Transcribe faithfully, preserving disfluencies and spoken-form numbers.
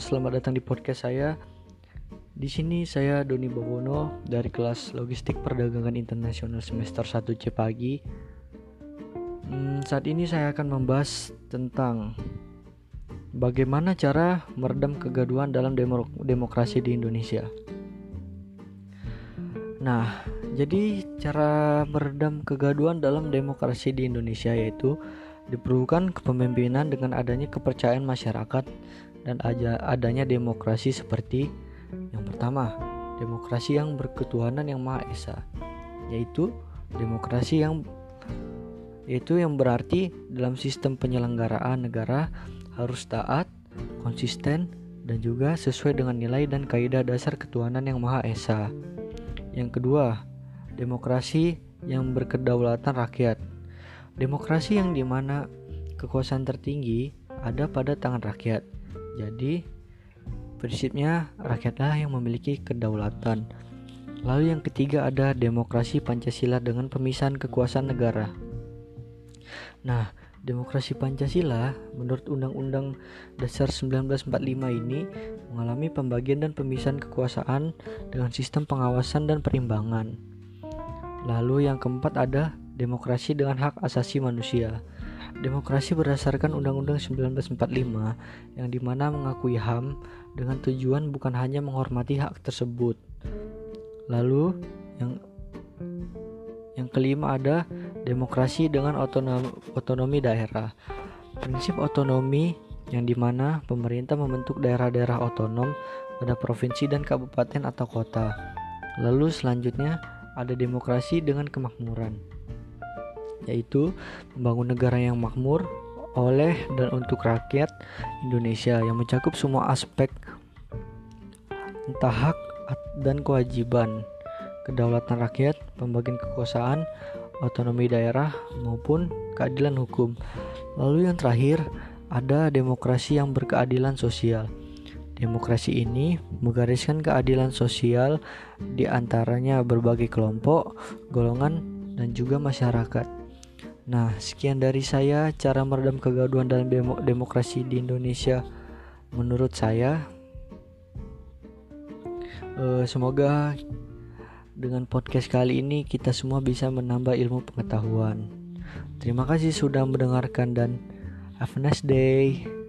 selamat datang di podcast saya. Di sini saya Doni Bawono dari kelas Logistik Perdagangan Internasional semester satu C pagi. Hmm, saat ini saya akan membahas tentang bagaimana cara meredam kegaduhan dalam demo- demokrasi di Indonesia. Nah, jadi cara meredam kegaduhan dalam demokrasi di Indonesia yaitu diperlukan kepemimpinan dengan adanya kepercayaan masyarakat dan adanya demokrasi seperti yang pertama, demokrasi yang berketuhanan yang Maha Esa, yaitu demokrasi yang yaitu yang berarti dalam sistem penyelenggaraan negara harus taat, konsisten, dan juga sesuai dengan nilai dan kaidah dasar ketuhanan yang Maha Esa. Yang kedua, demokrasi yang berkedaulatan rakyat. Demokrasi yang dimana kekuasaan tertinggi ada pada tangan rakyat. Jadi prinsipnya rakyatlah yang memiliki kedaulatan. Lalu yang ketiga ada demokrasi Pancasila dengan pemisahan kekuasaan negara. Nah, demokrasi Pancasila menurut Undang-Undang Dasar seribu sembilan ratus empat puluh lima ini mengalami pembagian dan pemisahan kekuasaan dengan sistem pengawasan dan perimbangan. Lalu yang keempat ada demokrasi dengan hak asasi manusia. Demokrasi berdasarkan Undang-Undang seribu sembilan ratus empat puluh lima yang dimana mengakui H A M dengan tujuan bukan hanya menghormati hak tersebut. Lalu yang yang kelima ada demokrasi dengan otonomi, otonomi daerah. Prinsip otonomi yang dimana pemerintah membentuk daerah-daerah otonom pada provinsi dan kabupaten atau kota. Lalu selanjutnya ada demokrasi dengan kemakmuran, yaitu membangun negara yang makmur oleh dan untuk rakyat Indonesia yang mencakup semua aspek entah hak dan kewajiban, kedaulatan rakyat, pembagian kekuasaan, otonomi daerah maupun keadilan hukum. Lalu yang terakhir ada demokrasi yang berkeadilan sosial. Demokrasi ini menggariskan keadilan sosial di antaranya berbagai kelompok, golongan, dan juga masyarakat. Nah, sekian dari saya cara meredam kegaduhan dalam demo- demokrasi di Indonesia menurut saya. E, semoga dengan podcast kali ini kita semua bisa menambah ilmu pengetahuan. Terima kasih sudah mendengarkan dan have a nice day.